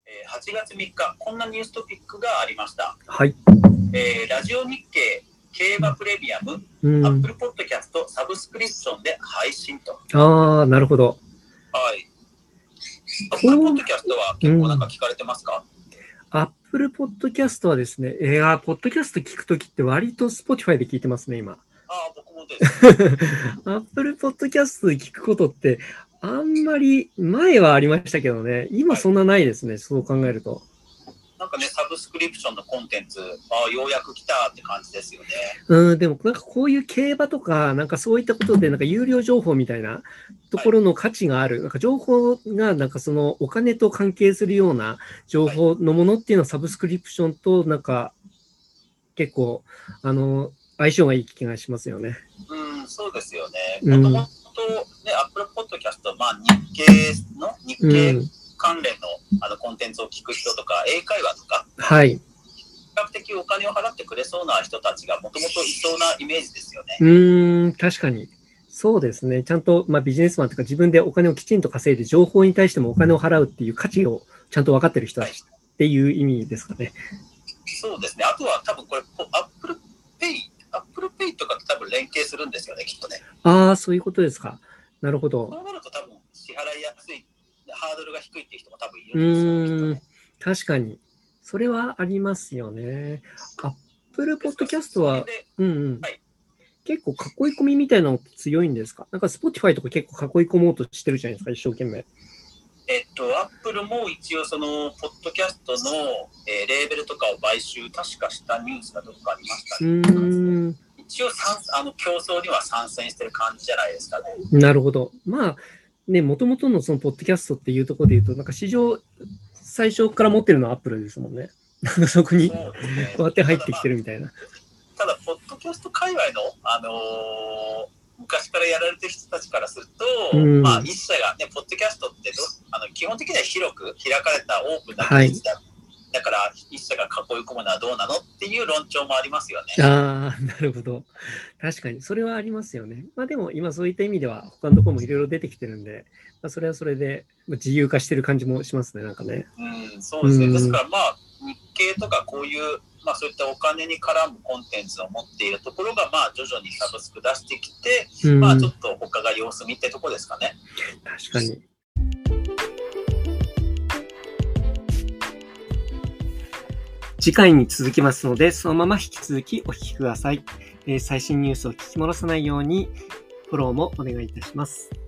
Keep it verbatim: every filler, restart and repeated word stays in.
えーはちがつみっか、こんなニューストピックがありました。 はい。 えーラジオ日経競馬プレミアム、 うん、 アップルポッドキャストサブスクリプションで配信と。 ああ、なるほど。 はい。アップルポッドキャストは結構なんか聞かれてますか？ アップルポッドキャストはですね、いや、ポッドキャスト聞くときって割と Spotify で聞いてますね、今。 ああ、僕もです。 アップルポッドキャストで聞くことってあんまり前はありましたけどね、今そんなないですね、はい、そう考えると。 なんかね、サブスクリプションのコンテンツ、ああ、ようやく来たって感じですよね。 うん、でもなんかこういう競馬とか、なんかそういったことで、なんか有料情報みたいなところの価値がある、はい、なんか情報がなんかそのお金と関係するような情報のものっていうのはサブスクリプションとなんか結構、あの、相性がいい気がしますよね。 うん、そうですよね。もともとね、アップルポッドキャスト、まあ日経の、日経、うん関連のあのコンテンツを聞く人とか英会話とか、 はい、 比較的お金を払ってくれそうな人たちがもともといそうなイメージですよね。 うーん、確かにそうですね。ちゃんと、まあ、ビジネスマンとか自分でお金をきちんと稼いで情報に対してもお金を払うっていう価値をちゃんと分かってる人たちっていう意味ですかね。はい、 そうですね。あとは多分これアップルペイ、アップルペイとかと多分連携するんですよね、きっとね。 ああ、そういうことですか。なるほど。 そうなると多分支払いやすい。ハードルが低いっていう人も多分いるんですよね。うーん、ね、 確かに。それはありますよね。アップルポッドキャストは、うんうん、はい、結構囲い込みみたいなの強いんですか？なんか Spotify とか結構囲い込もうとしてるじゃないですか、一生懸命。 えっと、アップルも一応その、ポッドキャストの、えー、レーベルとかを買収、確かしたニュースがどこかありましたね。うーん、一応あの、競争には参戦してる感じじゃないですかね。 なるほど。まあ、ね、もともとのそのポッドキャストっていうところで言うと、なんか市場最初から持ってるのはアップルですもんね。なんかそこにこうやって入ってきてるみたいな。 ただ、ポッドキャスト界隈の、あのー、昔からやられてる人たちからすると、うん、まあ、一社がね、ポッドキャストってどあの基本的には広く開かれたオープンな技術だ。はい、だから、一社が囲い込むのはどうなのっていう論調もありますよね。 ああ、なるほど。確かに、それはありますよね。まあでも、今そういった意味では、他のところもいろいろ出てきてるんで、まあ、それはそれで自由化してる感じもしますね、なんかね。 うん、そうですね。ですからまあ、日経とかこういう、まあそういったお金に絡むコンテンツを持っているところが、まあ徐々にサブスク出してきて、まあちょっと他が様子見ってとこですかね。 確かに。次回に続きますので、そのまま引き続きお聞きください。えー、最新ニュースを聞き戻さないように、フォローもお願いいたします。